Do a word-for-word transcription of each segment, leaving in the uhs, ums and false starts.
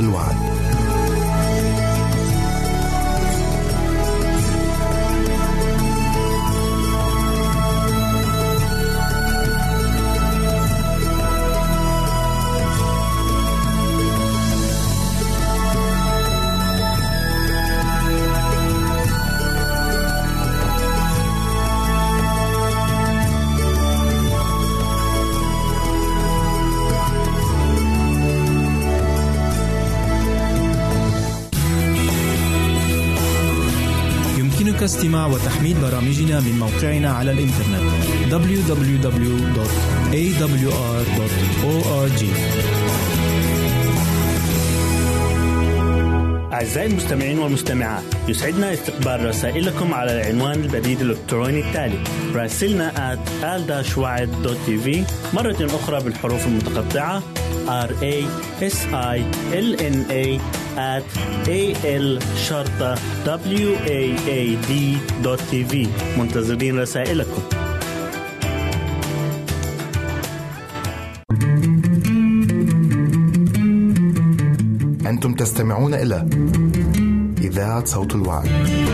الوعد. استماع وتحميل برامجنا من موقعنا على الإنترنت دبليو دبليو دبليو دوت إيه دبليو آر دوت أو آر جي. أعزائي المستمعين والمستمعات، يسعدنا استقبال رسائلكم على العنوان البريد الإلكتروني التالي: راسلنا آت آل داش وعد دوت تي في، مرة أخرى بالحروف المتقطعة آر إيه إس آي إل إن إيه آت إيه إل شرطة دبليو إيه إيه دي دوت تي في. منتظرين رسائلكم. أنتم تستمعون إلى إذاعة صوت الوعد.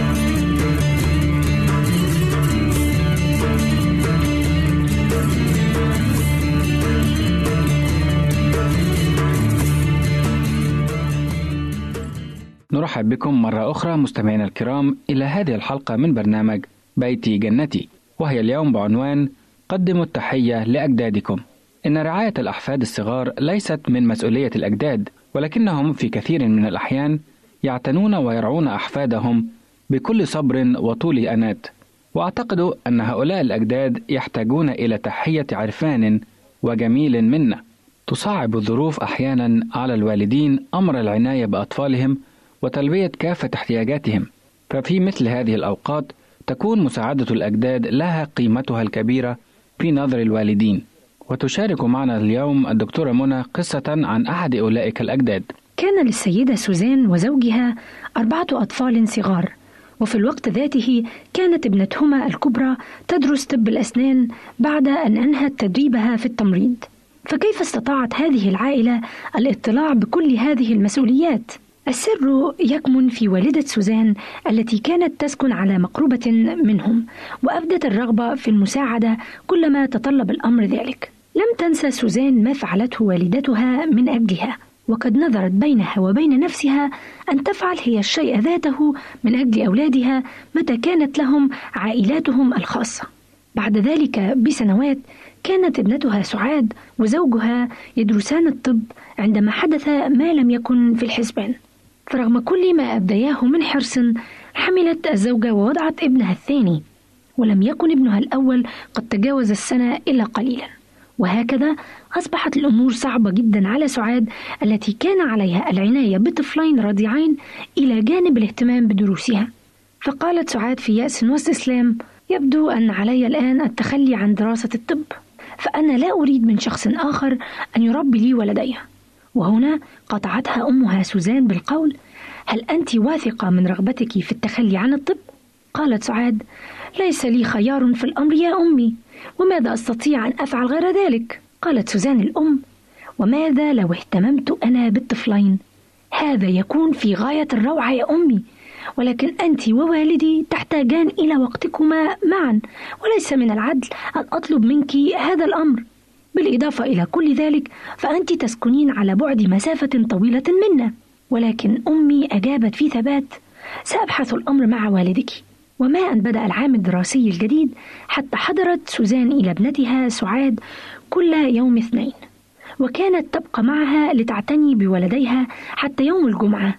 نرحب بكم مرة أخرى مستمعينا الكرام إلى هذه الحلقة من برنامج بيتي جنتي، وهي اليوم بعنوان قدموا التحية لأجدادكم. إن رعاية الأحفاد الصغار ليست من مسؤولية الأجداد، ولكنهم في كثير من الأحيان يعتنون ويرعون أحفادهم بكل صبر وطول أنات. وأعتقد أن هؤلاء الأجداد يحتاجون إلى تحية عرفان وجميل منا. تصعب الظروف أحيانا على الوالدين أمر العناية بأطفالهم وتلبية كافة احتياجاتهم، ففي مثل هذه الأوقات تكون مساعدة الأجداد لها قيمتها الكبيرة في نظر الوالدين. وتشارك معنا اليوم الدكتورة منى قصة عن أحد أولئك الأجداد. كان للسيدة سوزان وزوجها أربعة أطفال صغار، وفي الوقت ذاته كانت ابنتهما الكبرى تدرس طب الأسنان بعد أن أنهت تدريبها في التمريض. فكيف استطاعت هذه العائلة الاطلاع بكل هذه المسؤوليات؟ السر يكمن في والدة سوزان التي كانت تسكن على مقربة منهم، وأبدت الرغبة في المساعدة كلما تطلب الأمر ذلك. لم تنسى سوزان ما فعلته والدتها من أجلها، وقد نظرت بينها وبين نفسها أن تفعل هي الشيء ذاته من أجل أولادها متى كانت لهم عائلاتهم الخاصة. بعد ذلك بسنوات كانت ابنتها سعاد وزوجها يدرسان الطب عندما حدث ما لم يكن في الحسبان. فرغم كل ما أبدياه من حرص، حملت الزوجة ووضعت ابنها الثاني، ولم يكن ابنها الأول قد تجاوز السنة إلا قليلا. وهكذا أصبحت الأمور صعبة جدا على سعاد التي كان عليها العناية بطفلين رضيعين إلى جانب الاهتمام بدروسها. فقالت سعاد في يأس واستسلام: يبدو أن علي الآن التخلي عن دراسة الطب، فأنا لا أريد من شخص آخر أن يربي لي ولدي. وهنا قطعتها أمها سوزان بالقول: هل أنت واثقة من رغبتك في التخلي عن الطب؟ قالت سعاد: ليس لي خيار في الأمر يا أمي، وماذا أستطيع أن أفعل غير ذلك؟ قالت سوزان الأم: وماذا لو اهتممت أنا بالطفلين؟ هذا يكون في غاية الروعة يا أمي، ولكن أنت ووالدي تحتاجان إلى وقتكما معا، وليس من العدل أن أطلب منك هذا الأمر. بالإضافة إلى كل ذلك فأنت تسكنين على بعد مسافة طويلة منا. ولكن أمي أجابت في ثبات: سأبحث الأمر مع والدك. وما أن بدأ العام الدراسي الجديد حتى حضرت سوزان إلى ابنتها سعاد كل يوم اثنين، وكانت تبقى معها لتعتني بولديها حتى يوم الجمعة،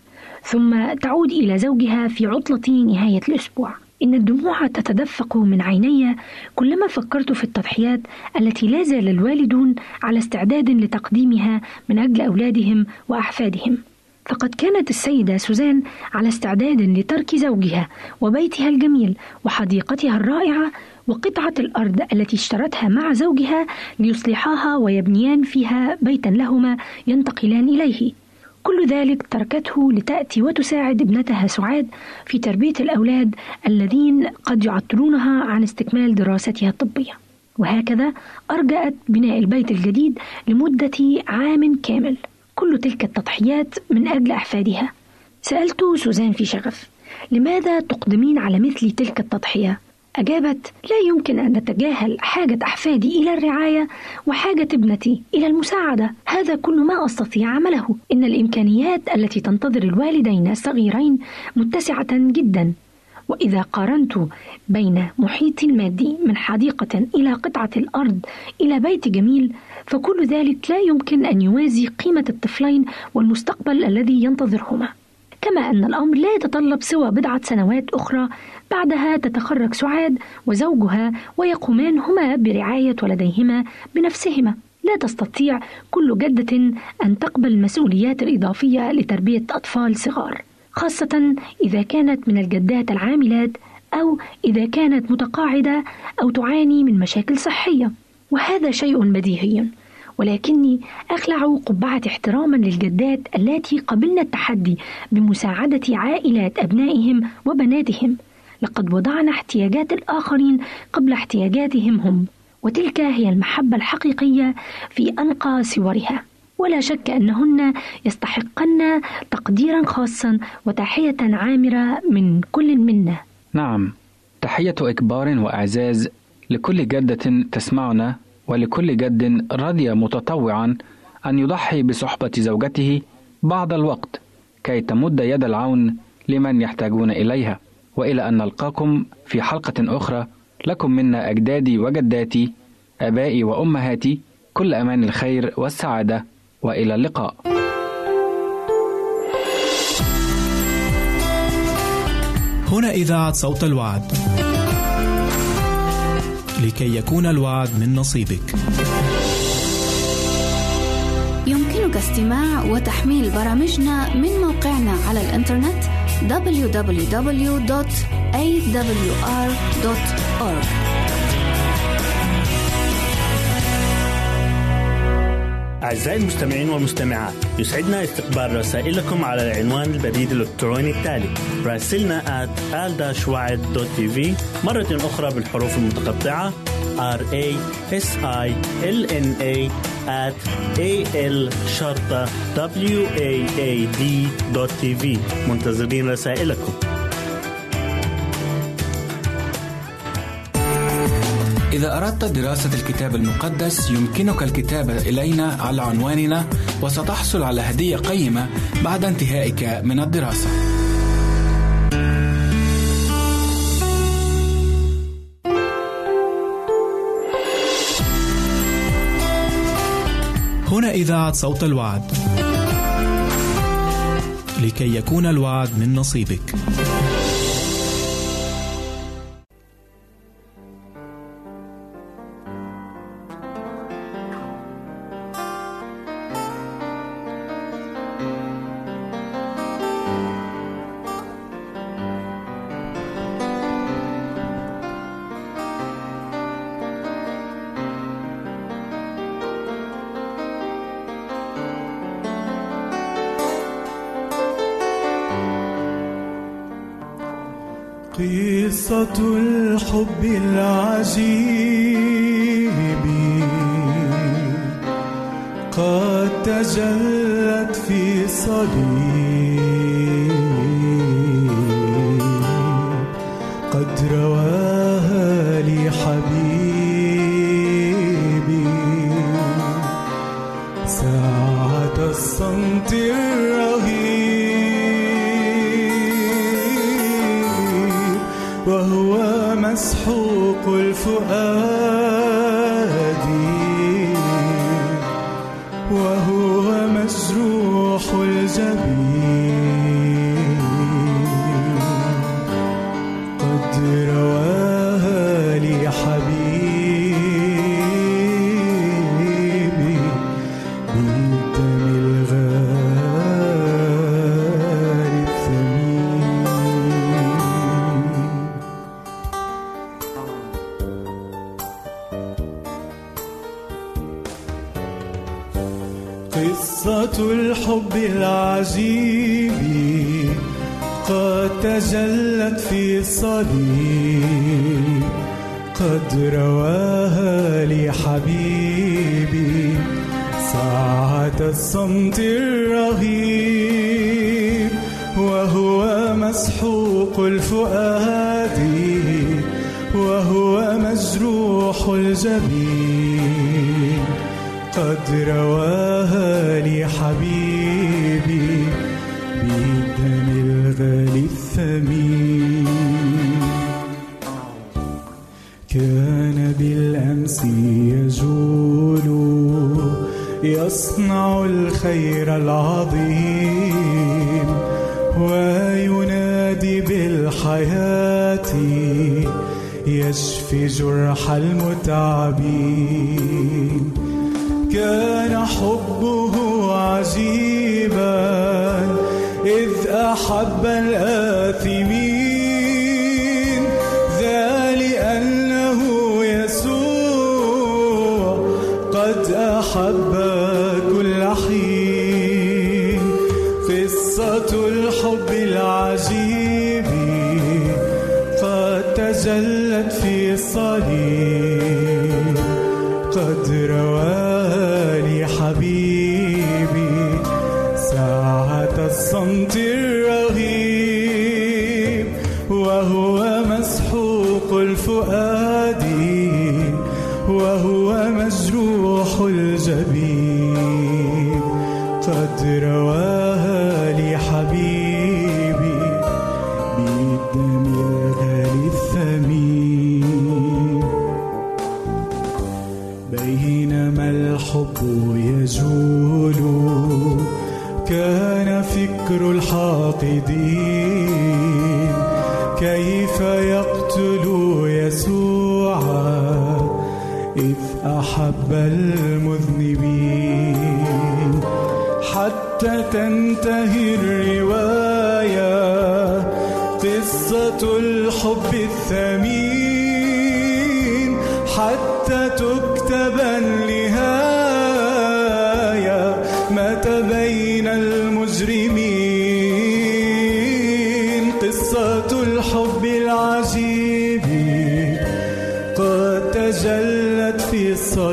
ثم تعود إلى زوجها في عطلة نهاية الأسبوع. إن الدموع تتدفق من عيني كلما فكرت في التضحيات التي لا زال الوالدون على استعداد لتقديمها من أجل أولادهم وأحفادهم. فقد كانت السيدة سوزان على استعداد لترك زوجها وبيتها الجميل وحديقتها الرائعة وقطعة الأرض التي اشترتها مع زوجها ليصلحاها ويبنيان فيها بيتا لهما ينتقلان إليه. كل ذلك تركته لتأتي وتساعد ابنتها سعاد في تربية الأولاد الذين قد يعطلونها عن استكمال دراستها الطبية. وهكذا أرجأت بناء البيت الجديد لمدة عام كامل. كل تلك التضحيات من أجل أحفادها. سألت سوزان في شغف: لماذا تقدمين على مثل تلك التضحية؟ أجابت: لا يمكن أن نتجاهل حاجة أحفادي إلى الرعاية وحاجة ابنتي إلى المساعدة، هذا كل ما أستطيع عمله. إن الإمكانيات التي تنتظر الوالدين الصغيرين متسعة جدا، وإذا قارنت بين محيط مادي من حديقة إلى قطعة الأرض إلى بيت جميل، فكل ذلك لا يمكن أن يوازي قيمة الطفلين والمستقبل الذي ينتظرهما. كما أن الأمر لا يتطلب سوى بضعة سنوات أخرى بعدها تتخرج سعاد وزوجها ويقومان هما برعاية ولديهما بنفسهما. لا تستطيع كل جدة أن تقبل المسؤوليات الإضافية لتربية أطفال صغار، خاصة إذا كانت من الجدات العاملات أو إذا كانت متقاعدة أو تعاني من مشاكل صحية، وهذا شيء بديهي. ولكني أخلع قبعة احتراما للجدات التي قبلن التحدي بمساعدة عائلات أبنائهم وبناتهم. لقد وضعن احتياجات الآخرين قبل احتياجاتهم هم، وتلك هي المحبة الحقيقية في أنقى صورها. ولا شك أنهن يستحقن تقديرا خاصا وتحية عامرة من كل منا. نعم، تحية إكبار وإعزاز لكل جدة تسمعنا، ولكل جد رضي متطوعا أن يضحي بصحبة زوجته بعض الوقت كي تمد يد العون لمن يحتاجون إليها. وإلى أن نلقاكم في حلقة أخرى، لكم منا أجدادي وجداتي، آبائي وأمهاتي، كل أمان الخير والسعادة، وإلى اللقاء. هنا إذاعة صوت الوعد، لكي يكون الوعد من نصيبك. يمكنك استماع وتحميل برامجنا من موقعنا على الإنترنت دبليو دبليو دبليو دوت إيه دبليو آر دوت أورج. أعزائي المستمعين والمستمعات، يسعدنا استقبال رسائلكم على العنوان البريد الإلكتروني التالي: راسلنا آت آل وعد دوت تي في، مرة أخرى بالحروف المتقطعة آر إيه إس آي إل إن إيه آت إيه إل شرطة دبليو إيه إيه دي دوت تي في. منتظرين رسائلكم. إذا أردت دراسة الكتاب المقدس يمكنك الكتابة إلينا على عنواننا، وستحصل على هدية قيمة بعد انتهائك من الدراسة. هنا إذاعة صوت الوعد، لكي يكون الوعد من نصيبك. قصة الحب العجيب قد تجلت في صليب، قد رواها لي حبيبي ساعة الصمت الرهيب، وهو مسحوق الفؤاد وهو مجروح الجبين، قد رواها لي حبيبي بالدم الغالي الثمين. قصة الحب العجيب قد تجلت في الصليب، قد رواها لي حبيبي ساعة الصمت الرهيب وهو مسحوق الفؤاد وهو مجروح الجبين قد رواها لي حبيبي بالدم الغالي الثمين. كان بالأمس يجول يصنع الخير العظيم وينادي بالحياة يشفي جرح المتعبين. كان حبه عجيبا إذ أحب الآثمين ذا لأنه يسوع قد أحب كل حين. قصة الحب العجيب قد تجلت في الصليب قد رواها لي حبيبي ساعة الصمت الرهيب وهو مسحوق الفؤاد وهو مجروح الجبين قد رواها لي حبيبي بالدم الغالي الثمين. بينما الحب يجول كان فكر الحاقدين كيف يقتل يسوع إذ أحب المذنبين. حتى تنتهي الرواية قصة الحب الثمين حتى تكتب النهاية مات بين المجرمين. قصة الحب العجيب قد تجلت في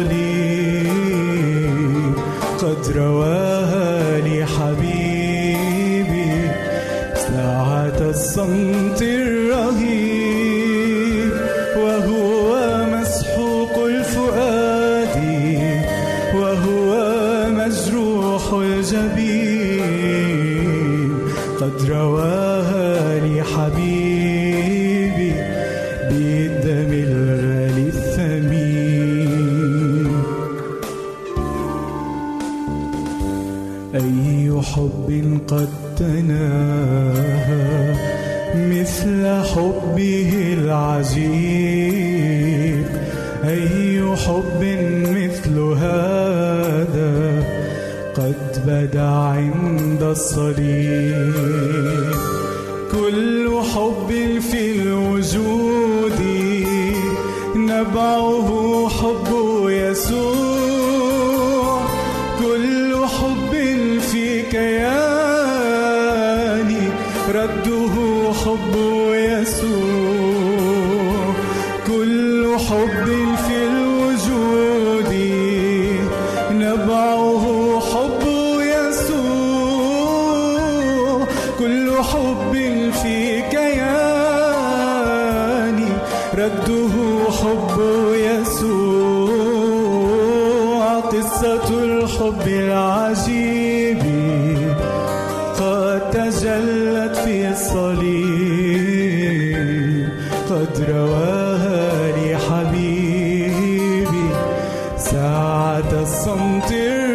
الصليب قد رواها لي حبيبي ساعة الصمت الرهيب وهو مسحوق الفؤاد وهو مجروح الجبين قد رواها لي حبيبي بالدم الغالي الثمين. أي حب قد تناهى مثل حبه العجيب. أي حب مثل هذا قد بدا عند الصليب. كل حب في الوجود نبعه حب يسوع. كل حب في كياني رده حب يسوع. كل حب في الوجود نبعه حب يسوع. كل حب في كياني رده حب يسوع. قصة الحب العجيب قد تجلت في الصليب قد رواها لي حبيبي ساعة الصمت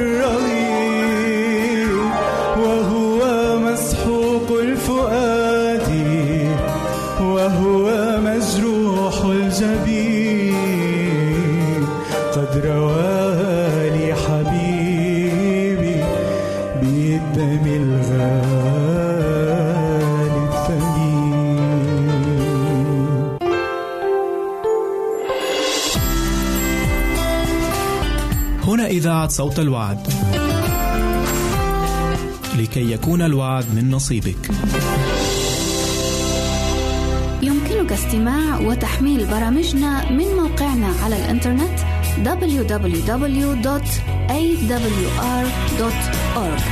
الرهيب وهو مسحوق الفؤاد وهو مجروح الجبين قد رواها لي حبيبي بالدم الغالي الثمين. هنا إذاعة صوت الوعد. لكي يكون الوعد من نصيبك يمكنك استماع وتحميل برامجنا من موقعنا على الإنترنت دبليو دبليو دبليو دوت إيه دبليو آر دوت أورج.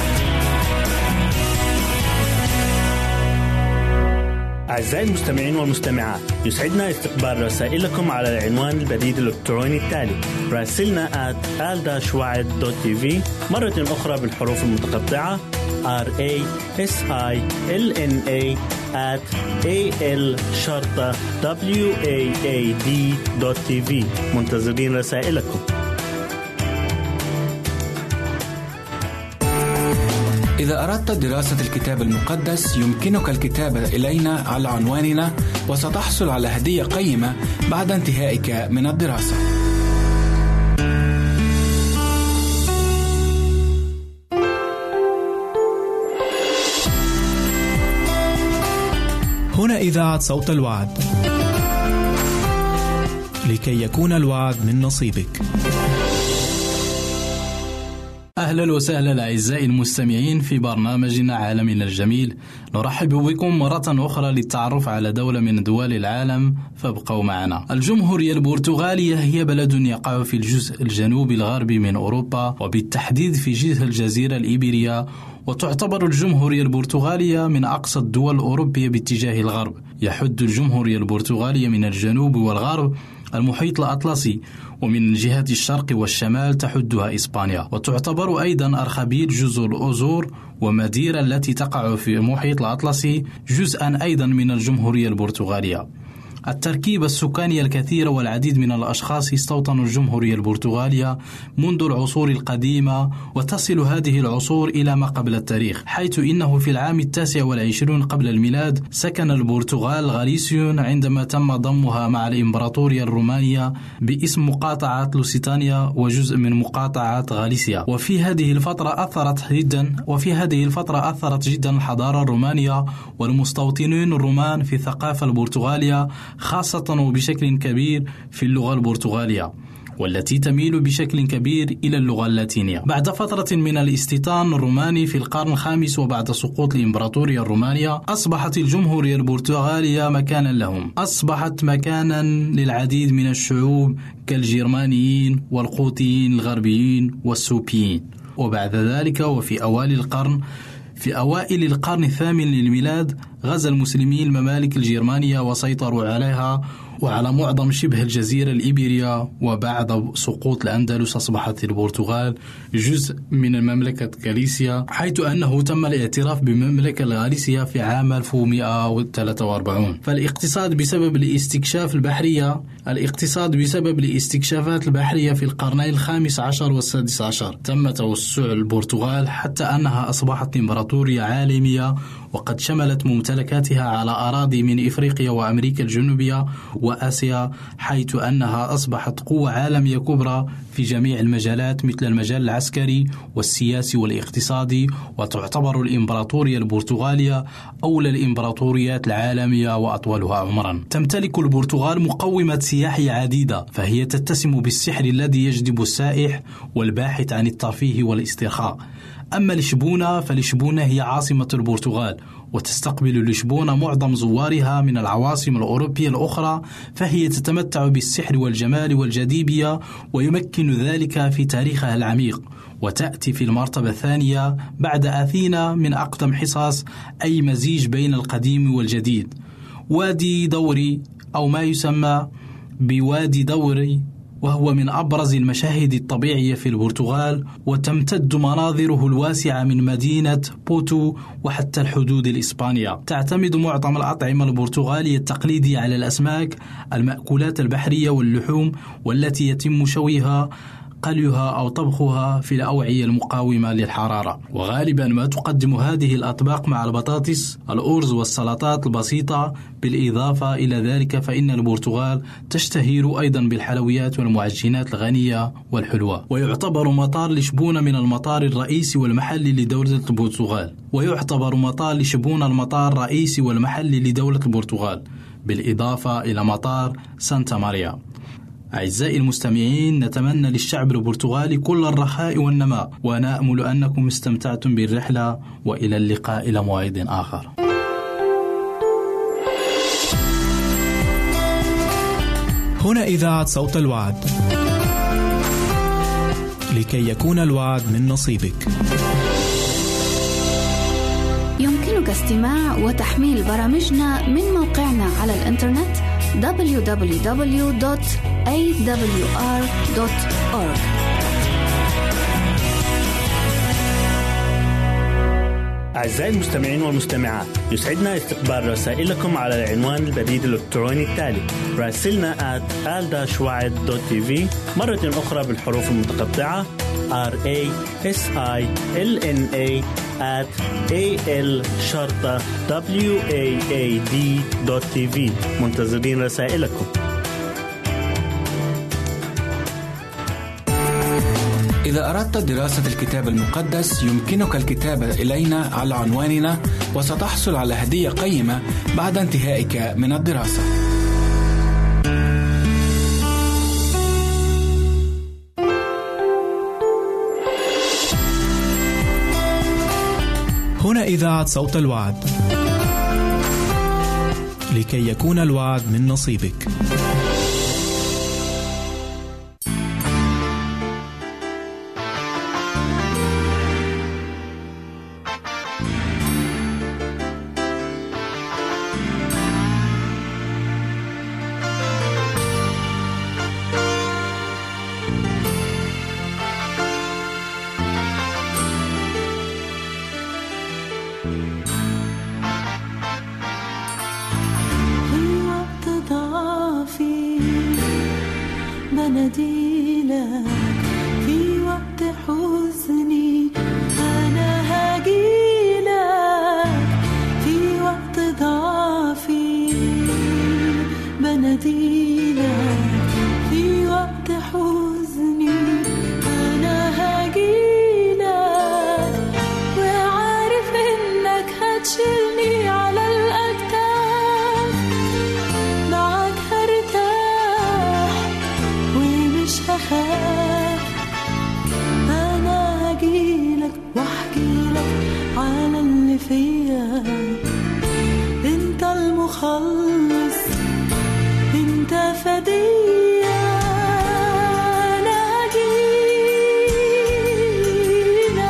أعزائي المستمعين والمستمعات، يسعدنا استقبال رسائلكم على العنوان البريد الإلكتروني التالي: راسلنا آت آل داش وعد دوت تي في، مرة أخرى بالحروف المتقطعة آر إيه إس آي إل إن إيه آت إيه إل شرطة دبليو إيه إيه دي دوت تي في. منتظرين رسائلكم. إذا أردت دراسة الكتاب المقدس يمكنك الكتابة إلينا على عنواننا، وستحصل على هدية قيمة بعد انتهائك من الدراسة. هنا إذاعة صوت الوعد، لكي يكون الوعد من نصيبك. أهلا وسهلا أعزائي المستمعين في برنامجنا عالمنا الجميل. نرحب بكم مرة أخرى للتعرف على دولة من دول العالم، فابقوا معنا. الجمهورية البرتغالية هي بلد يقع في الجزء الجنوبي الغربي من أوروبا، وبالتحديد في جهة الجزيرة الإيبيرية، وتعتبر الجمهورية البرتغالية من أقصى الدول الأوروبية باتجاه الغرب. يحد الجمهورية البرتغالية من الجنوب والغرب المحيط الأطلسي، ومن جهة الشرق والشمال تحدها إسبانيا، وتعتبر أيضا أرخبيل جزر الأزور وماديرا التي تقع في المحيط الأطلسي جزءا أيضا من الجمهورية البرتغالية. التركيبة السكانية الكثيرة والعديد من الأشخاص استوطنوا الجمهورية البرتغالية منذ العصور القديمة، وتصل هذه العصور إلى ما قبل التاريخ، حيث إنه في العام التاسع والعشرون قبل الميلاد سكن البرتغال غاليسيون عندما تم ضمها مع الإمبراطورية الرومانية باسم مقاطعة لوسيتانيا وجزء من مقاطعة غاليسيا. وفي هذه الفترة أثرت جدا وفي هذه الفترة أثرت جدا الحضارة الرومانية والمستوطنين الرومان في الثقافة البرتغالية، خاصة وبشكل كبير في اللغة البرتغالية، والتي تميل بشكل كبير إلى اللغة اللاتينية. بعد فترة من الاستيطان الروماني في القرن الخامس وبعد سقوط الإمبراطورية الرومانية، أصبحت الجمهورية البرتغالية مكانا لهم، أصبحت مكانا للعديد من الشعوب كالجرمانيين والقوطيين الغربيين والسوبيين. وبعد ذلك وفي أوائل القرن في أوائل القرن الثامن للميلاد غزا المسلمين الممالك الجرمانية وسيطروا عليها وعلى معظم شبه الجزيرة الإيبيرية. وبعد سقوط الأندلس أصبحت البرتغال جزء من المملكة غاليسيا، حيث أنه تم الاعتراف بمملكة غاليسيا في عام ألف ومئة وثلاثة وأربعين. فالاقتصاد بسبب الاستكشاف البحرية الاقتصاد بسبب الاستكشافات البحرية في القرنين الخامس عشر والسادس عشر تم توسع البرتغال حتى أنها أصبحت إمبراطورية عالمية، وقد شملت ممتلكاتها على أراضي من إفريقيا وأمريكا الجنوبية وآسيا، حيث أنها أصبحت قوة عالمية كبرى في جميع المجالات مثل المجال العسكري والسياسي والاقتصادي. وتعتبر الإمبراطورية البرتغالية أولى الإمبراطوريات العالمية وأطولها عمرا. تمتلك البرتغال مقومات سياحية عديدة، فهي تتسم بالسحر الذي يجذب السائح والباحث عن الترفيه والاسترخاء. أما لشبونة فلشبونة هي عاصمة البرتغال، وتستقبل لشبونة معظم زوارها من العواصم الأوروبية الأخرى، فهي تتمتع بالسحر والجمال والجاذبية، ويمكن ذلك في تاريخها العميق، وتأتي في المرتبة الثانية بعد أثينا من أقدم حصص، أي مزيج بين القديم والجديد. وادي دوري أو ما يسمى بوادي دوري وهو من أبرز المشاهد الطبيعية في البرتغال، وتمتد مناظره الواسعة من مدينة بوتو وحتى الحدود الإسبانية. تعتمد معظم الأطعمة البرتغالية التقليدية على الأسماك، المأكولات البحرية واللحوم، والتي يتم شويها قليها أو طبخها في الأوعية المقاومة للحرارة. وغالبا ما تقدم هذه الأطباق مع البطاطس، الأرز والسلطات البسيطة. بالإضافة إلى ذلك فإن البرتغال تشتهر أيضا بالحلويات والمعجنات الغنية والحلوة. ويعتبر مطار لشبونة من المطار الرئيسي والمحلي لدولة البرتغال ويعتبر مطار لشبونة المطار الرئيسي والمحلي لدولة البرتغال، بالإضافة إلى مطار سانتا ماريا. أعزائي المستمعين، نتمنى للشعب البرتغالي كل الرخاء والنماء، ونأمل أنكم استمتعتم بالرحلة، وإلى اللقاء إلى موعد آخر. هنا إذاعة صوت الوعد. لكي يكون الوعد من نصيبك. يمكنك استماع وتحميل برامجنا من موقعنا على الإنترنت دبليو دبليو دبليو دوت إيه دبليو آر دوت أورج. أعزائي المستمعين والمستمعات، يسعدنا استقبال رسائلكم على العنوان البريد الإلكتروني التالي: راسلنا آت آل شواعد دوت تي في، مرة أخرى بالحروف المتقطعة آر إيه إس آي إل إن إيه آت إيه إل شرطة دبليو إيه إيه دي دوت تي في. منتظرين رسائلكم. إذا أردت دراسة الكتاب المقدس يمكنك الكتابة إلينا على عنواننا، وستحصل على هدية قيمة بعد انتهائك من الدراسة. هنا إذاعة صوت الوعد، لكي يكون الوعد من نصيبك. بناديلك في وقت حزني، أنا هجيلك في وقت ضعفي. بناديلك في وقت حزني، أنا هجيلك وعارف إنك هتشيلني على الأكتاف. معك هرتاح ومش هخاف. أنا هجيلك واحكيلك على اللي فيا. انت المخلص، انت فدية. أنا هجيلك،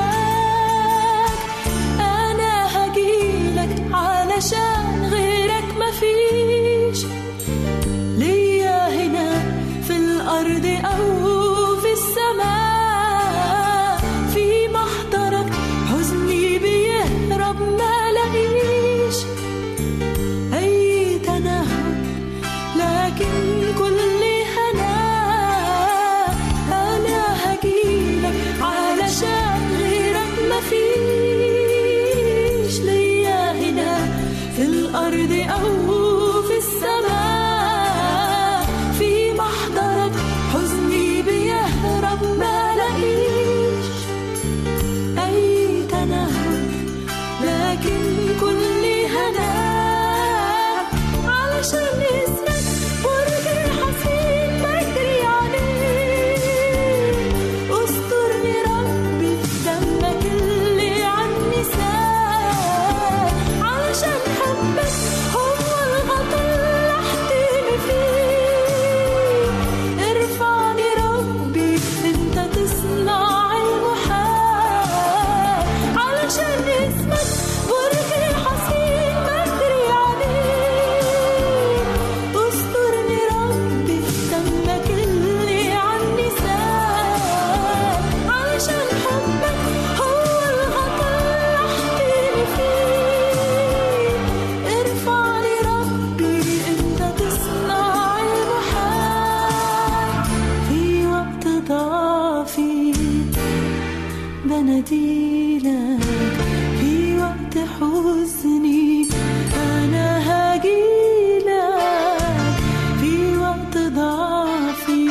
أنا هجيلك علشان غيرك مفيش ليا هنا في الأرض أو في السماء. في محضرك حزني بيهرب ما لقيش أي تنهد، لكن كل هنا. أنا هجيلك علشان غيرك مفيش ليا هنا في الأرض أو في السماء. في محضرك حزني بيهرب ما لقيش أي تنهد، لكن كل هنا. علشان اسمك برج حصين بجري عليه. استرني ربي بدمك اللي عني سال. علشان حبك هو الغطا اللي احتمي فيه. ارفعني ربي انت تصنع المحال. علشان اسمك برج حصين بجري عليه. استرني ربي بدمك اللي عني سال. علشان حبك هو الغطا اللي احتمي فيه. ارفعني ربي انت تصنع المحال. في وقت ضعفي بناديلك، في وقت حزني أنا هجيلك. في وقت ضعفي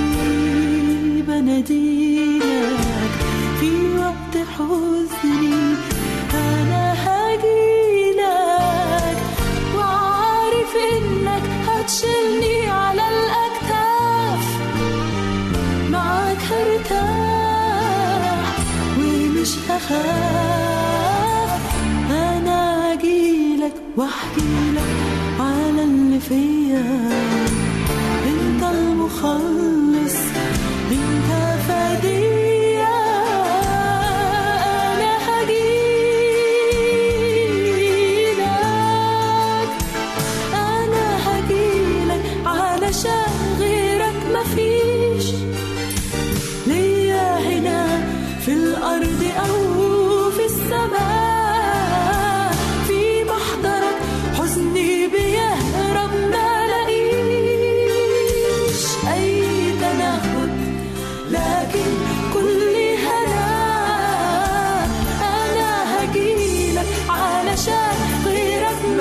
بناديلك، في وقت حزني أنا هجيلك وعارف إنك هتشيلني على الأكتاف. معك هرتاح ومش هخاف. أنا هجيلك واحكيلك على اللي فيا. انت المخلص، انت فدية.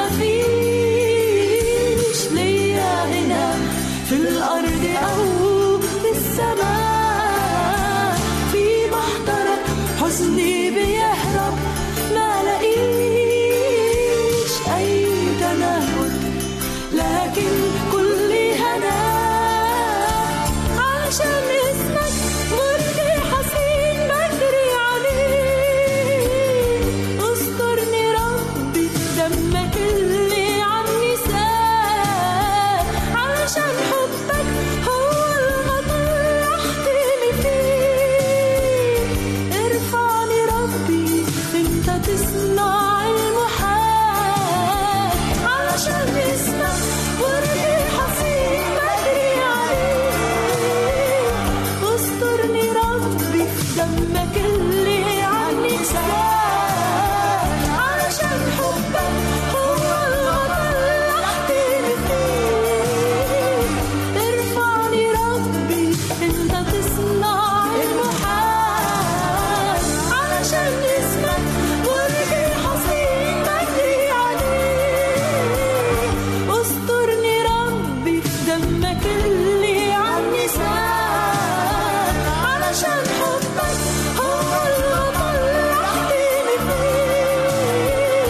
فيش ليا هنا في الأرض أو في السماء. في محضرك حزني بيهرب، ما لقيش أي تنهد، لكن كل هنا عشان اسمك مرضي حسين بجري عليه. استرني ربي دمك اللي عني سال، علشان حبك هو المطر احتمي فيه. ارفعني ربي انت تصنع المحال، علشان اسمك مرضي حسين بجري عليه. استرني ربي دمك اللي عني سال، علشان حبك هو الوطن احتمي فيه. ارفعني ربي انت تصنع المحال، علشان اسمك مرضي حسين بجري عليه. استرني ربي دمك اللي عني سال، علشان حبك هو الوطن احتمي فيه.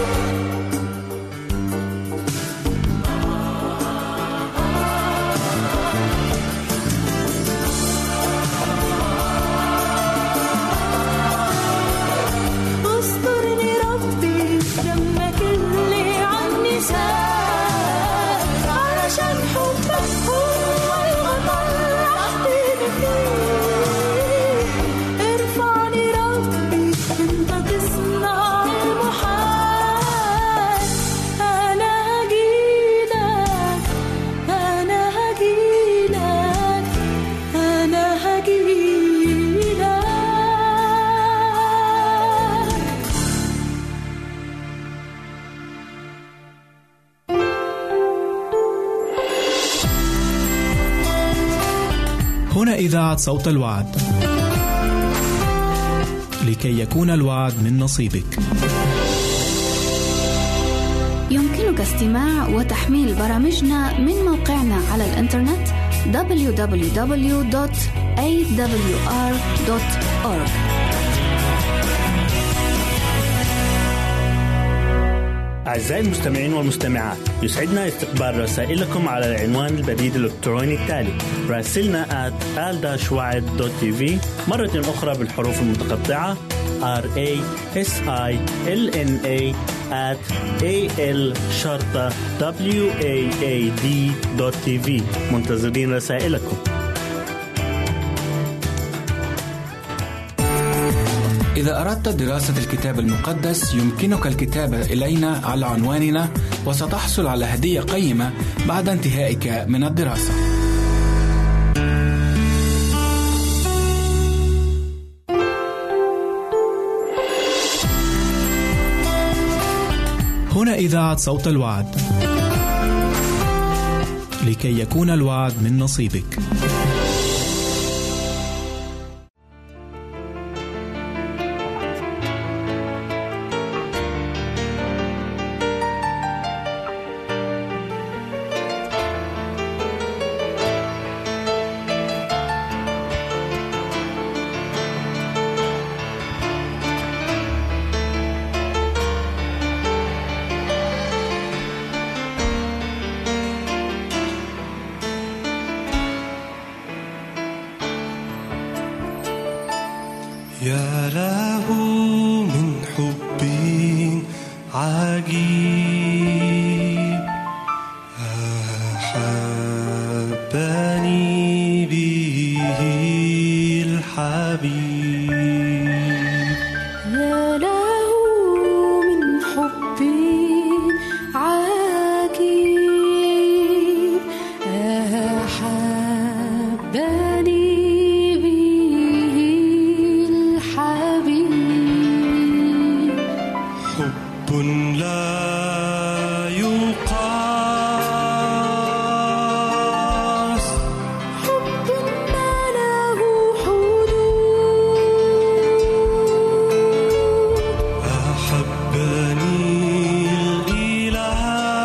استرني ربي دمك اللي عني سال، علشان حبك هو الوطن احتمي فيه. ارفعني ربي انت تصنع المحال. انا هجيلك انا هجيلك انا هجيلك. هنا إذاعة صوت الوعد، لكي يكون الوعد من نصيبك. يمكنك استماع وتحميل برامجنا من موقعنا على الإنترنت دبليو دبليو دبليو دوت إيه دبليو آر دوت أورج. أعزائي المستمعين والمستمعات، يسعدنا استقبال رسائلكم على العنوان البريد الإلكتروني التالي: راسلنا آت آل داش وعد دوت تي في، مرة أخرى بالحروف المتقطعة آر إيه إس آي إل إن إيه آت إيه إل شرطة دبليو إيه إيه دي دوت تي في. منتظرين رسائلكم. إذا أردت دراسة الكتاب المقدس يمكنك الكتابة إلينا على عنواننا، وستحصل على هدية قيمة بعد انتهائك من الدراسة. هنا إذاعة صوت الوعد، لكي يكون الوعد من نصيبك. يا له من حب عجيب، أحبني به الحبيب. يا له من حب عجيب، أحبني لا يقاس، حب ما له حدود. أحبني الإله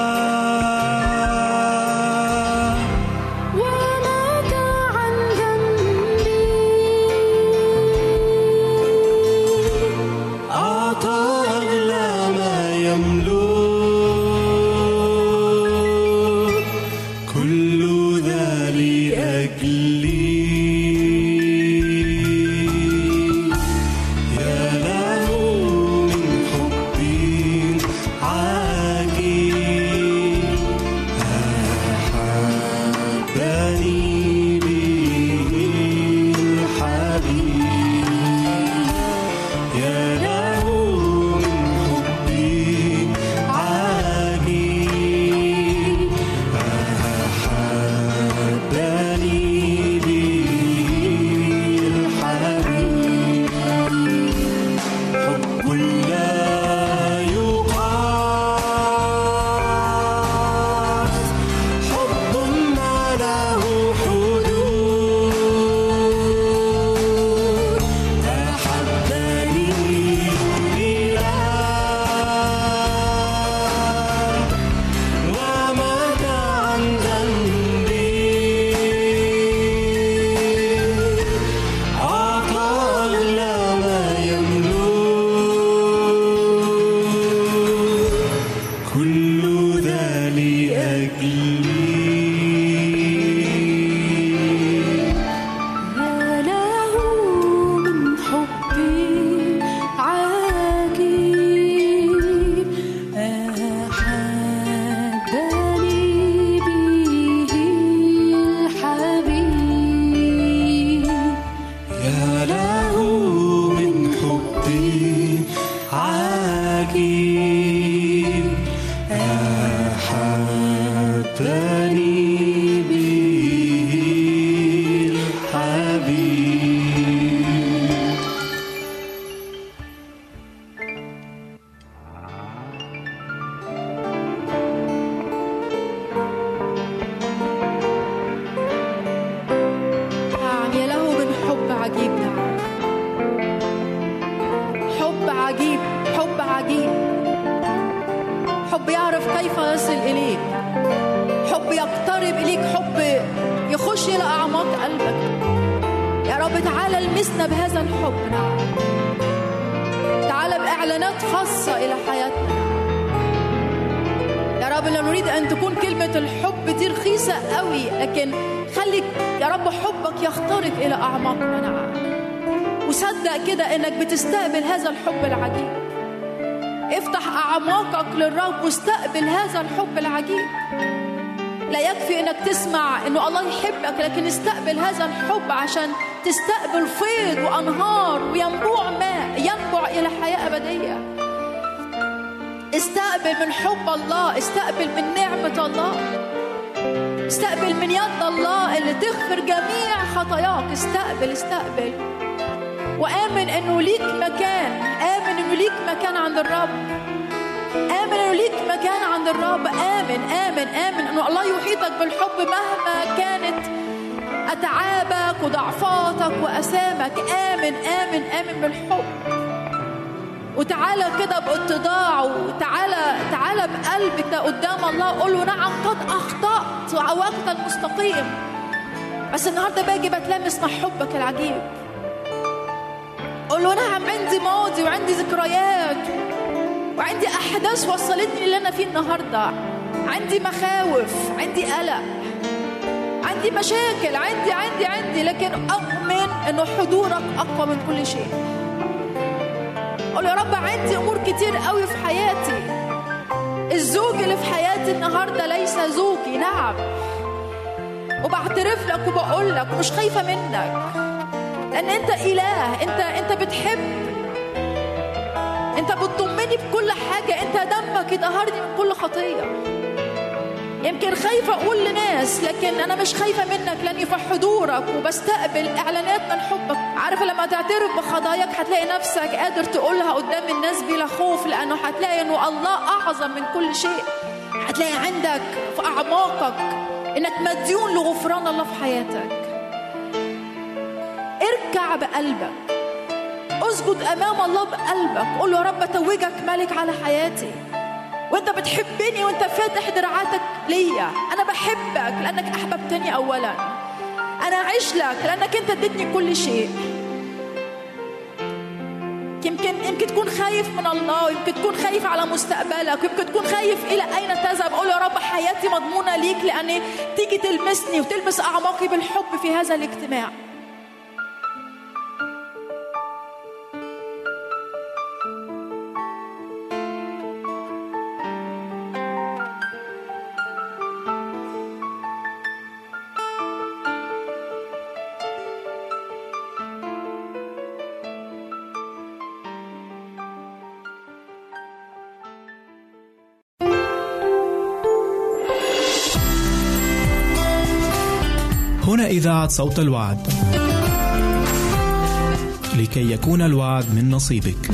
حب يعرف كيف يصل إليك، حب يقترب إليك، حب يخش إلى أعماق قلبك. يا رب تعالى لمسنا بهذا الحب. نعم، تعالى بإعلانات خاصة إلى حياتنا. يا رب لا نريد أن تكون كلمة الحب دي رخيصة قوي، لكن خليك يا رب حبك يخترق إلى أعماقنا. نعم، وصدق كده إنك بتستقبل هذا الحب العجيب. افتح أعماقك للرب واستقبل هذا الحب العجيب. لا يكفي إنك تسمع إنه الله يحبك، لكن استقبل هذا الحب عشان تستقبل فيض وأنهار وينبوع ماء ينبع إلى حياة أبدية. استقبل من حب الله، استقبل من نعمة الله، استقبل من يد الله اللي تغفر جميع خطاياك. استقبل استقبل وآمن إنه ليك مكان، آمن إنه ليك مكان عند الرب، آمن إنه ليك مكان عند الرب. آمن آمن آمن إنه الله يحيطك بالحب مهما كانت أتعابك وضعفاتك وأسامك. آمن آمن آمن بالحب. وتعالى كده باتضاع، وتعالى تعالى بقلبك ده قدام الله. قول له نعم قد أخطأت وعوجت المستقيم، بس النهاردة باجي بتلمس مع حبك العجيب. قول له نعم عندي ماضي وعندي ذكريات وعندي أحداث وصلتني اللي أنا فيه النهاردة. عندي مخاوف، عندي قلق، عندي مشاكل، عندي عندي عندي لكن أؤمن إنه حضورك أقوى من كل شيء. قول يا رب عندي أمور كتير قوي في حياتي. الزوج اللي في حياتي النهاردة ليس زوجي. نعم، وبعترف لك وبقول لك مش خايفة منك، لأن أنت إله، أنت أنت بتحب، أنت بتضمني بكل حاجة، أنت دمك يطهرني من كل خطية. يمكن خايفة أقول لناس، لكن أنا مش خايفة منك لأني في حضورك وبستقبل إعلانات من حبك. عارفة لما تعترف بخطاياك هتلاقي نفسك قادر تقولها قدام الناس بلا خوف، لأنه هتلاقي أنه الله أعظم من كل شيء. هتلاقي عندك في أعماقك إنك مديون لغفران الله في حياتك. اركع بقلبك، اسجد أمام الله بقلبك، قول يا رب توجك ملك على حياتي، وانت بتحبني وانت فاتح دراعاتك ليا. انا بحبك لانك احببتني اولا. انا اعيش لك لانك انت اديتني كل شيء. يمكن يمكن تكون خايف من الله، يمكن تكون خايف على مستقبلك، يمكن تكون خايف الى اين تذهب. قول يا رب حياتي مضمونه ليك، لاني تيجي تلمسني وتلمس اعماقي بالحب في هذا الاجتماع. هنا إذاعة صوت الوعد، لكي يكون الوعد من نصيبك.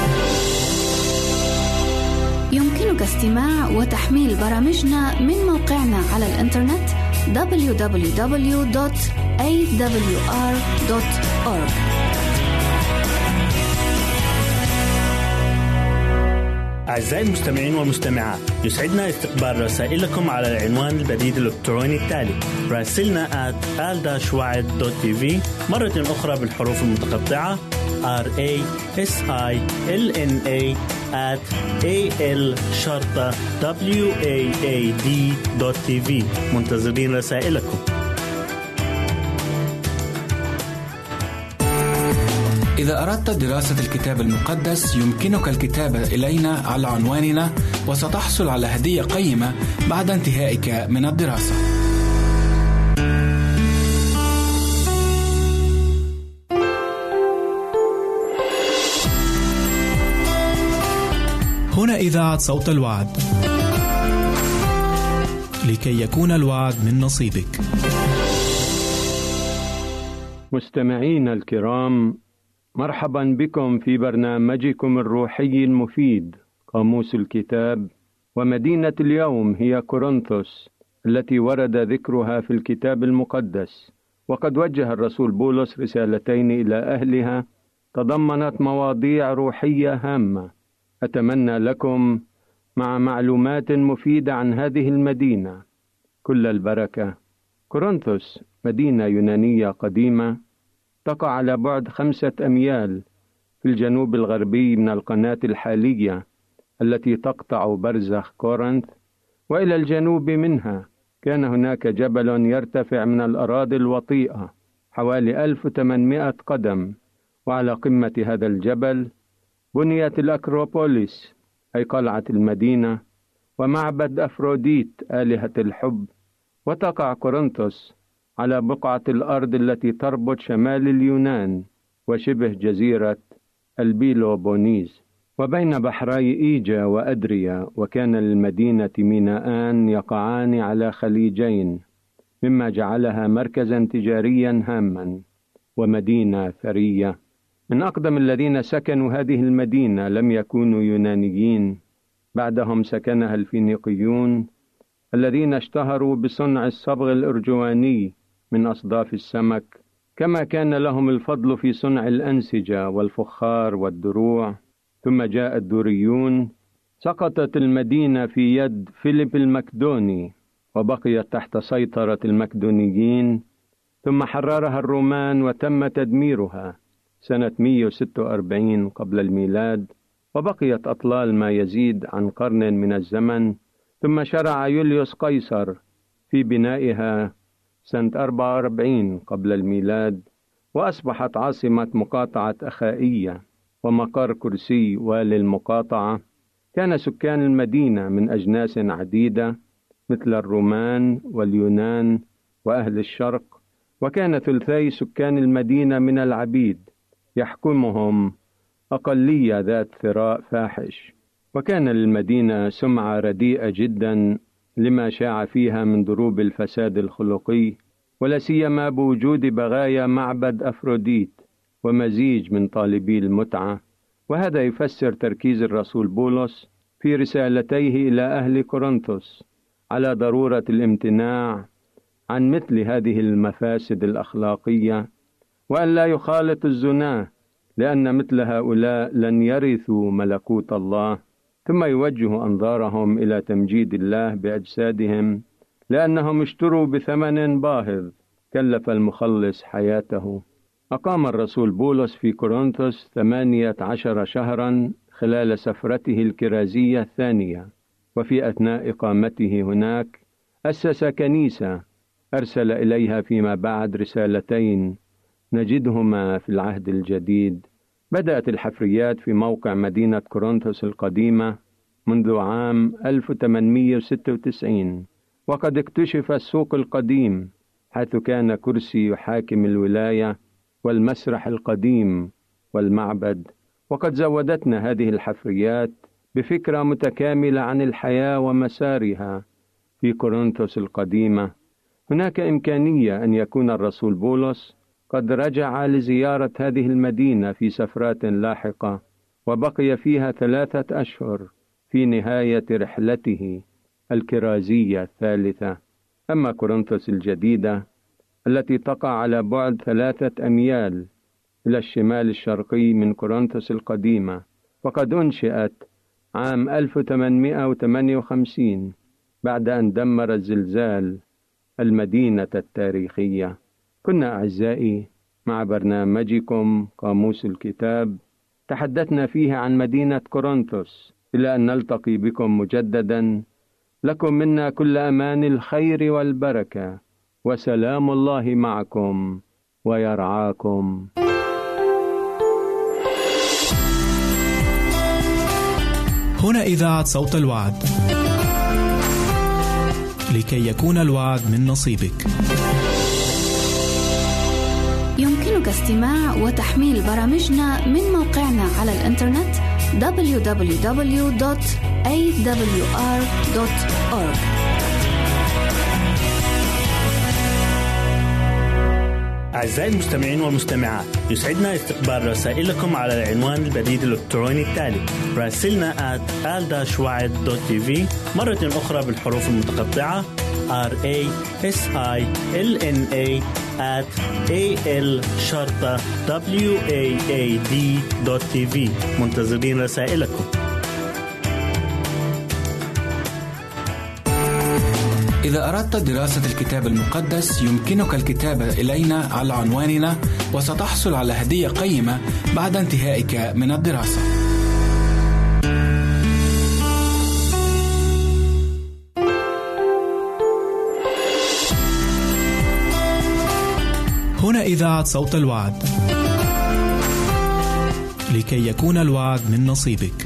يمكنك استماع وتحميل برامجنا من موقعنا على الإنترنت دبليو دبليو دبليو دوت إيه دبليو آر دوت أورج. أعزائي المستمعين والمستمعات، يسعدنا استقبال رسائلكم على العنوان البريد الإلكتروني التالي: راسلنا آت آل داش وعد دوت تي في، مرة أخرى بالحروف المتقطعة آر إيه إس آي إل إن إيه آت إيه إل شرطة دبليو إيه إيه دي دوت تي في. منتظرين رسائلكم. إذا أردت دراسة الكتاب المقدس يمكنك الكتابة إلينا على عنواننا، وستحصل على هدية قيمة بعد انتهائك من الدراسة. هنا إذاعة صوت الوعد، لكي يكون الوعد من نصيبك. مستمعينا الكرام، مرحبا بكم في برنامجكم الروحي المفيد قاموس الكتاب. ومدينة اليوم هي كورنثوس التي ورد ذكرها في الكتاب المقدس، وقد وجه الرسول بولس رسالتين إلى أهلها تضمنت مواضيع روحية هامة. أتمنى لكم مع معلومات مفيدة عن هذه المدينة. كل البركة. كورنثوس مدينة يونانية قديمة تقع على بعد خمسة أميال في الجنوب الغربي من القناة الحالية التي تقطع برزخ كورنث، وإلى الجنوب منها كان هناك جبل يرتفع من الأراضي الوطيئة حوالي ألف وثمانمائة قدم، وعلى قمة هذا الجبل بنيت الأكروبوليس أي قلعة المدينة ومعبد أفروديت آلهة الحب. وتقع كورنثوس على بقعة الأرض التي تربط شمال اليونان وشبه جزيرة البيلوبونيز وبين بحري إيجا وأدريا، وكان للمدينة ميناءان يقعان على خليجين، مما جعلها مركزا تجاريا هاما ومدينة ثرية. من أقدم الذين سكنوا هذه المدينة لم يكونوا يونانيين، بعدهم سكنها الفينيقيون الذين اشتهروا بصنع الصبغ الأرجواني من أصداف السمك، كما كان لهم الفضل في صنع الأنسجة والفخار والدروع. ثم جاء الدوريون، سقطت المدينة في يد فيليب المكدوني وبقيت تحت سيطرة المكدونيين، ثم حررها الرومان وتم تدميرها سنة مئة وستة وأربعين قبل الميلاد، وبقيت أطلال ما يزيد عن قرن من الزمن، ثم شرع يوليوس قيصر في بنائها سنة أربعة وأربعين قبل الميلاد، وأصبحت عاصمة مقاطعة أخائية ومقر كرسي والي المقاطعة. كان سكان المدينة من أجناس عديدة مثل الرومان واليونان وأهل الشرق، وكان ثلثي سكان المدينة من العبيد يحكمهم أقلية ذات ثراء فاحش. وكان للمدينة سمعة رديئة جدا لما شاع فيها من ضروب الفساد الخلقي، ولا سيما بوجود بغايا معبد أفروديت ومزيج من طالبي المتعة. وهذا يفسر تركيز الرسول بولس في رسالتيه إلى أهل كورنثوس على ضرورة الامتناع عن مثل هذه المفاسد الأخلاقية، وأن لا يخالط الزنا، لأن مثل هؤلاء لن يرثوا ملكوت الله. ثم يوجه أنظارهم إلى تمجيد الله بأجسادهم، لأنهم اشتروا بثمن باهظ كلف المخلص حياته. أقام الرسول بولس في كورنثوس ثمانية عشر شهرا خلال سفرته الكرازية الثانية، وفي أثناء إقامته هناك أسس كنيسة أرسل إليها فيما بعد رسالتين نجدهما في العهد الجديد. بدأت الحفريات في موقع مدينة كورنثوس القديمة منذ عام ألف وثمانمئة وستة وتسعين، وقد اكتشف السوق القديم حيث كان كرسي يحاكم الولاية والمسرح القديم والمعبد. وقد زودتنا هذه الحفريات بفكرة متكاملة عن الحياة ومسارها في كورنثوس القديمة. هناك إمكانية أن يكون الرسول بولس قد رجع لزيارة هذه المدينة في سفرات لاحقة، وبقي فيها ثلاثة أشهر في نهاية رحلته الكرازية الثالثة. أما كورنثوس الجديدة التي تقع على بعد ثلاثة أميال إلى الشمال الشرقي من كورنثوس القديمة، فقد أنشئت عام ألف وثمانمئة وثمانية وخمسين بعد أن دمر الزلزال المدينة التاريخية. كنا أعزائي مع برنامجكم قاموس الكتاب، تحدثنا فيه عن مدينة كورنثوس. إلى أن نلتقي بكم مجددا، لكم منا كل أمان الخير والبركة، وسلام الله معكم ويرعاكم. هنا إذاعة صوت الوعد، لكي يكون الوعد من نصيبك. يمكنك استماع وتحميل برامجنا من موقعنا على الإنترنت دبليو دبليو دبليو دوت إيه دبليو آر دوت أورج. أعزائي المستمعين والمستمعات، يسعدنا استقبال رسائلكم على العنوان البريد الإلكتروني التالي: راسلنا آت آل وعد دوت تي في، مرة أخرى بالحروف المتقطعة آر إيه إس آي إل إن إيه آت إيه إل شرطة دبليو إيه إيه دي دوت تي في. منتظرين رسائلكم. إذا أردت دراسة الكتاب المقدس يمكنك الكتابة إلينا على عنواننا، وستحصل على هدية قيمة بعد انتهائك من الدراسة. هنا إذاعة صوت الوعد، لكي يكون الوعد من نصيبك.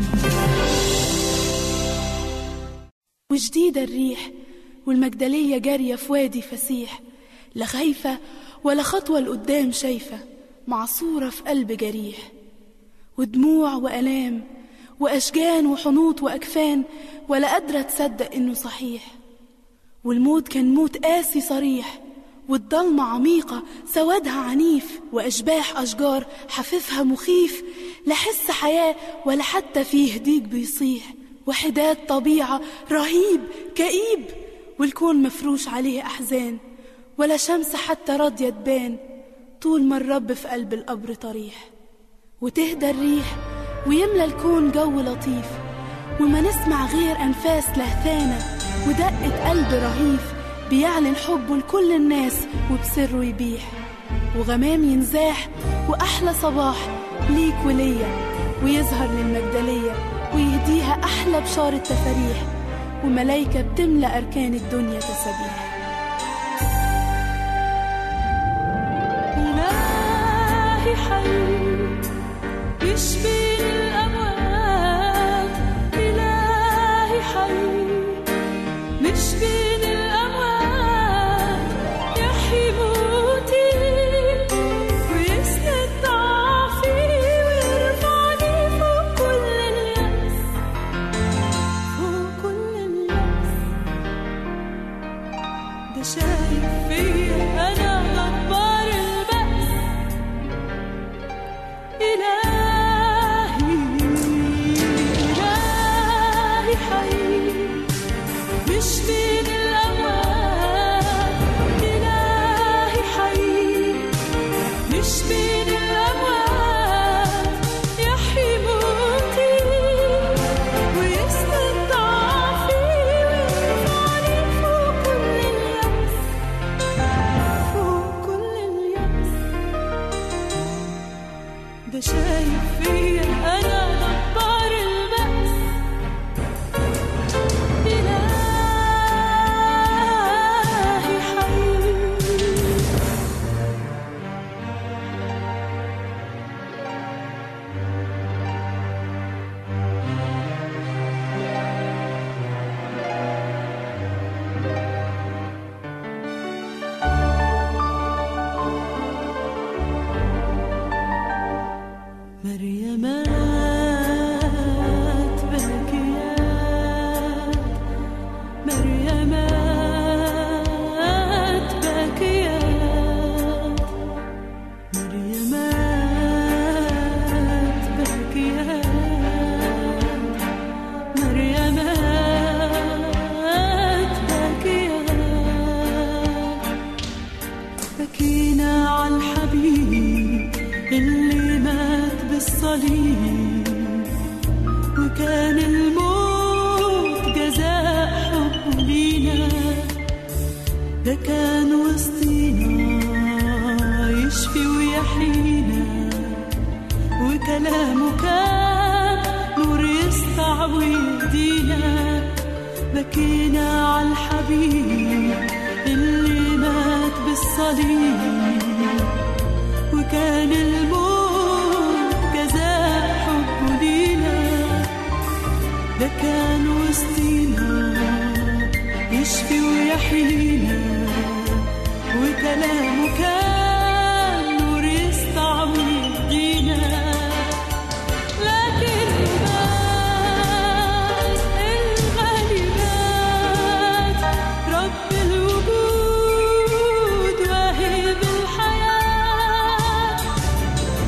وجديدة الريح والمجدلية جارية في وادي فسيح، لا خايفة ولا خطوة لقدام شايفة، معصورة في قلب جريح، ودموع وألام وأشجان وحنوط وأكفان، ولا قادرة تصدق إنه صحيح. والموت كان موت قاسي صريح، والضلمة عميقة سوادها عنيف، وأشباح أشجار حفيفها مخيف، لا حس حياة ولا حتى فيه ديك بيصيح، وحداد طبيعة رهيب كئيب، والكون مفروش عليه أحزان، ولا شمس حتى راضية تبان، طول ما الرب في قلب القبر طريح. وتهدى الريح ويملى الكون جو لطيف، وما نسمع غير أنفاس لهثانة ودقة قلب رهيف، بيعلن حبه لكل الناس وبسره يبيح. وغمام ينزاح وأحلى صباح ليك وليا، ويظهر للمجدلية ويهديها أحلى بشارة تفاريح، وملايكة بتملأ أركان الدنيا تسبيح. إلهي حي يشفي الأموات، إلهي حي يشفي وكان الموت جزاء حب لينا، ده كان وسطينا يشفي ويحيينا، وكلامه كان نور يسطع ويهدينا. بكينا على الحبيب اللي مات بالصليب، وكان الموت جزاء حب لينا، ده كان وسطينا يشفي ويحيينا، وكلامه كان نور يسطع ويهدينا. لكن مات الغالي، مات رب الوجود واهب الحياة،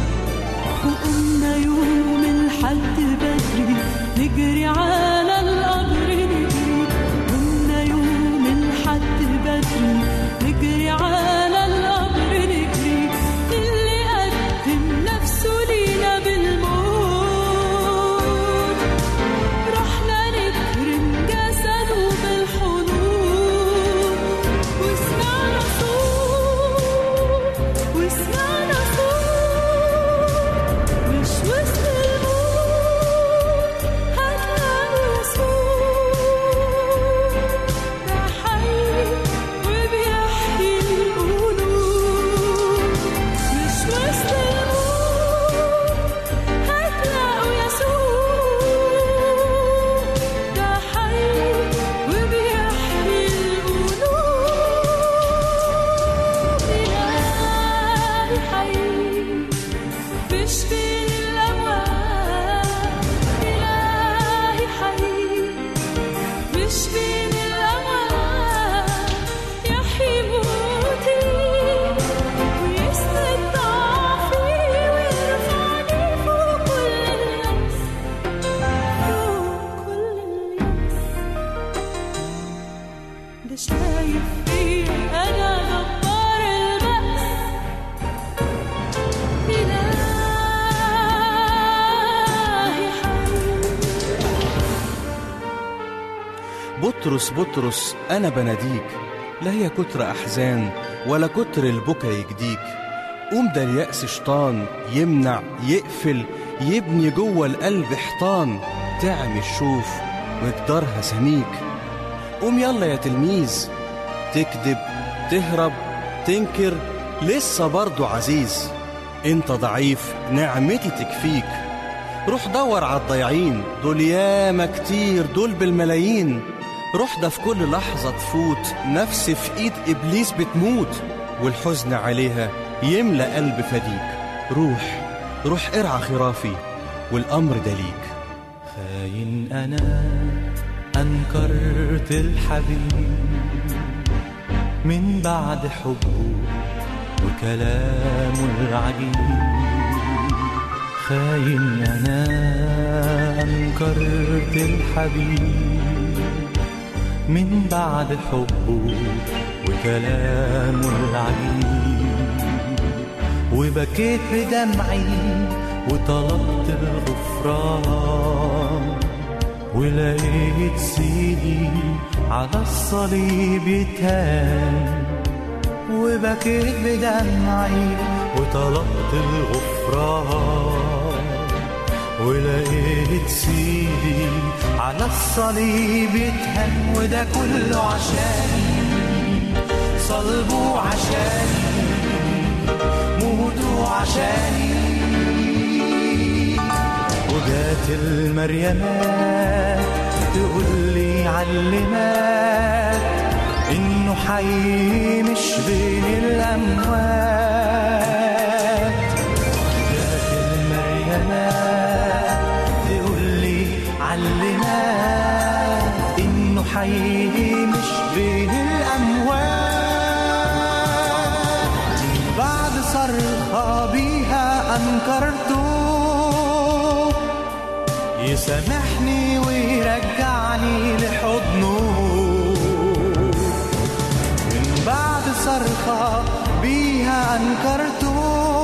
شايف فيه أنا جبار البأس إلهي حي. بطرس بطرس أنا بناديك، لا هي كتر أحزان ولا كتر البكا يجديك. قوم ده اليأس شيطان يمنع يقفل يبني جوه القلب حيطان، تعمي الشوف مقدارها سميك. قوم يلا يا تلميذ، تكذب تهرب تنكر لسه برضو عزيز. انت ضعيف نعمتي تكفيك. روح دور على الضيعين دول ياما كتير دول بالملايين. روح ده في كل لحظة تفوت نفس في ايد ابليس بتموت، والحزن عليها يملأ قلب فديك. روح روح ارعى خرافي والامر ده ليك. خاين أنا أنكرت الحبيب من بعد حبه وكلامه العجيب. خاين أنا أنكرت الحبيب من بعد حبه وكلامه العجيب. وبكيت بدمعي وطلبت الغفران، ولقيت سيدي على الصليب يتهان. وبكيت بدمعي وطلبت الغفران، ولقيت سيدي على الصليب يتهان. وده كله عشاني، صلبه عشاني، موته عشاني. وجات المريمات تقول لي علمات إنه حي مش بين الأموات. جات المريمات تقول لي علمات إنه حي مش بين الأموات. بعد صرخة بيها أنكرته، يسامحني ويرجعني لحضنه. من بعد صرخة بيها أنكرته،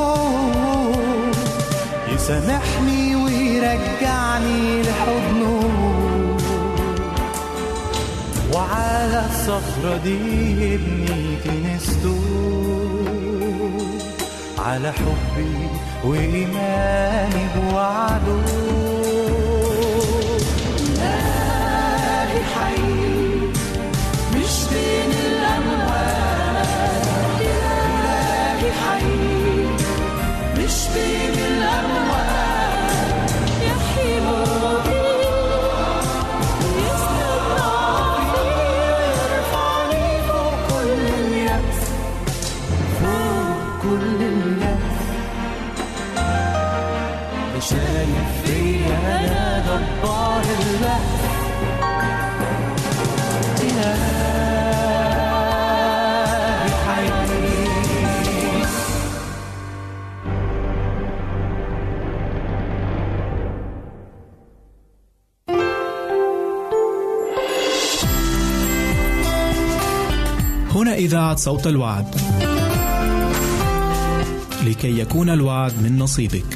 يسامحني ويرجعني لحضنه. وعلى الصخرة دي ابني كنيسته، على حبي وإيماني بوعده. إلهي حي مش بين الأموات. إلهي حي مش بين الأموات. يحيي موتي ويسترعي ويرفعني فوق كل اليأس، فوق كل اليأس. شايف فيا أنا جبار البأس. إلهي حي. هنا إذاعة صوت الوعد، لكي يكون الوعد من نصيبك.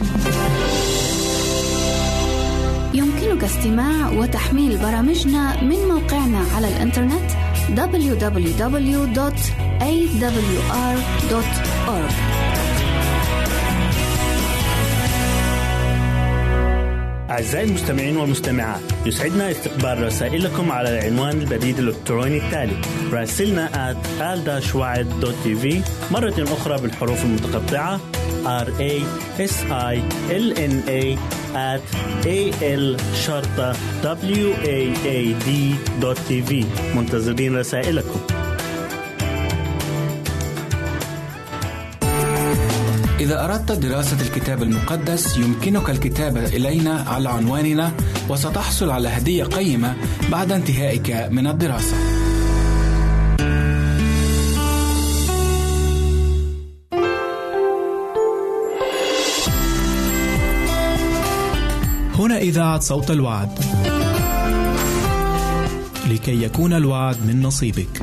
يمكنك استماع وتحميل برامجنا من موقعنا على الإنترنت دبليو دبليو دبليو دوت إيه دبليو آر دوت أورج. أعزائي المستمعين والمستمعات، يسعدنا استقبال رسائلكم على العنوان البريد الإلكتروني التالي: راسلنا آت آل داش وعد دوت تي في، مرة أخرى بالحروف المتقطعة آر إيه إس آي إل إن إيه آت إيه إل شرطة دبليو إيه إيه دي دوت تي في. منتظرين رسائلكم. إذا أردت دراسة الكتاب المقدس يمكنك الكتابة إلينا على عنواننا، وستحصل على هدية قيمة بعد انتهائك من الدراسة. هنا إذاعة صوت الوعد، لكي يكون الوعد من نصيبك.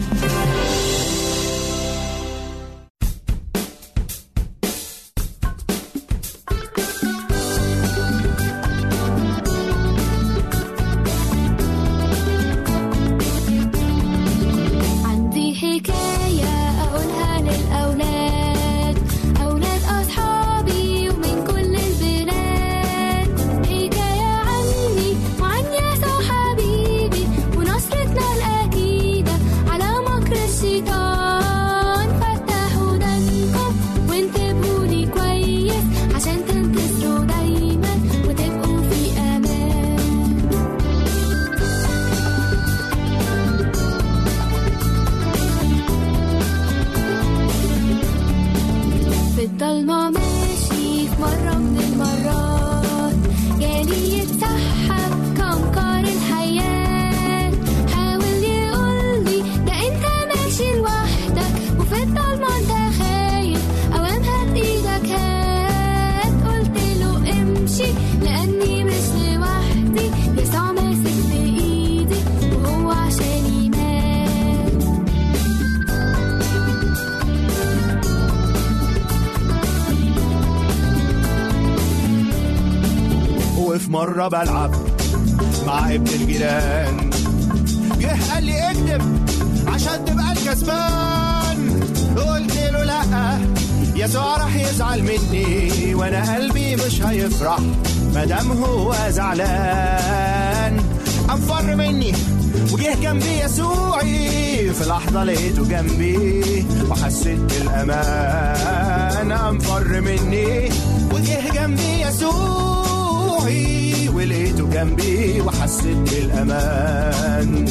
مرة بلعب مع ابن الجيران، جه قال لي اكتب عشان تبقى الكسبان. قلت له لأ، يسوع راح يزعل مني وانا قلبي مش هيفرح مادام هو زعلان. انفر مني وجه جنبي يسوعي، في لحظة لقيته جنبي وحسيت بالأمان. انفر مني وجه جنبي يسوعي ولقيته جنبي وحسيت بالأمان.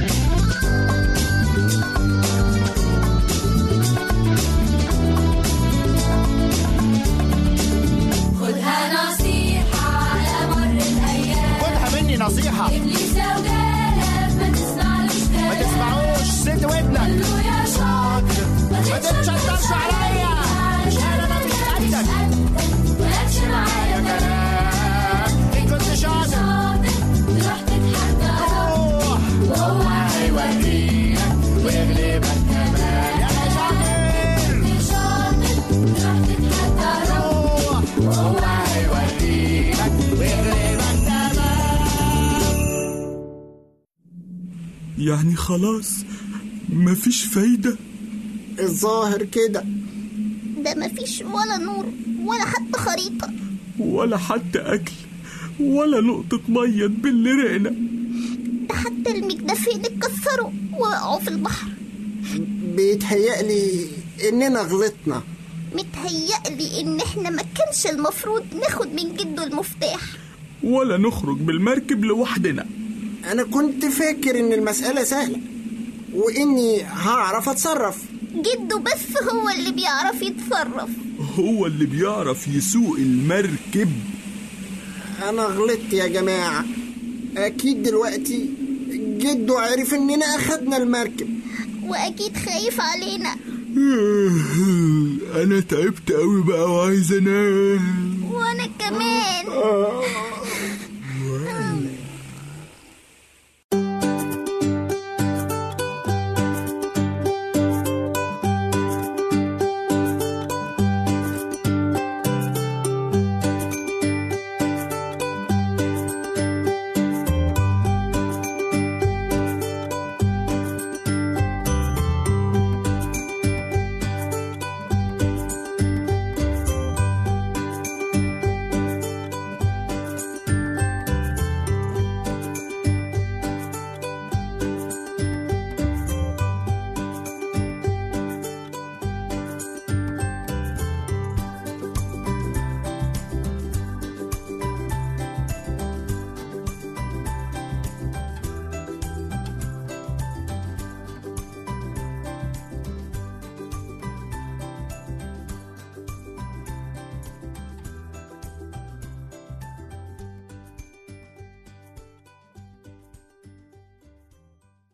خدها نصيحة على مر الأيام، خدها مني نصيحة. إبليس لو جالك ما تسمعلوش كلام، ما تسمعوش سد ودنك. قال له يا شاطر ما تتشطرش عليا، أنا ما مش قدك مالكش معايا كلام. إن كنت شاطر تروح تتحدى وهو هيوريك ويغلبك كمان. يا شاطر كنت شاطر تروح تتحدى وهو هيوريك ويغلبك كمان. يعني خلاص مفيش فايدة؟ الظاهر كده. ده مفيش ولا نور ولا حتى خريطة ولا حتى أكل ولا نقطة مية تبل رقنا. ده حتى المجدفين اتكسروا وقعوا في البحر. بيتهيألي إننا غلطنا. متهيألي إن إحنا ما كانش المفروض ناخد من جده المفتاح ولا نخرج بالمركب لوحدنا. أنا كنت فاكر إن المسألة سهلة وإني هعرف أتصرف. جده بس هو اللي بيعرف يتصرف، هو اللي بيعرف يسوق المركب. أنا غلطت يا جماعة. أكيد دلوقتي جده عارف إننا أخدنا المركب وأكيد خايف علينا. أنا تعبت قوي بقى وعايز أنام. وأنا كمان.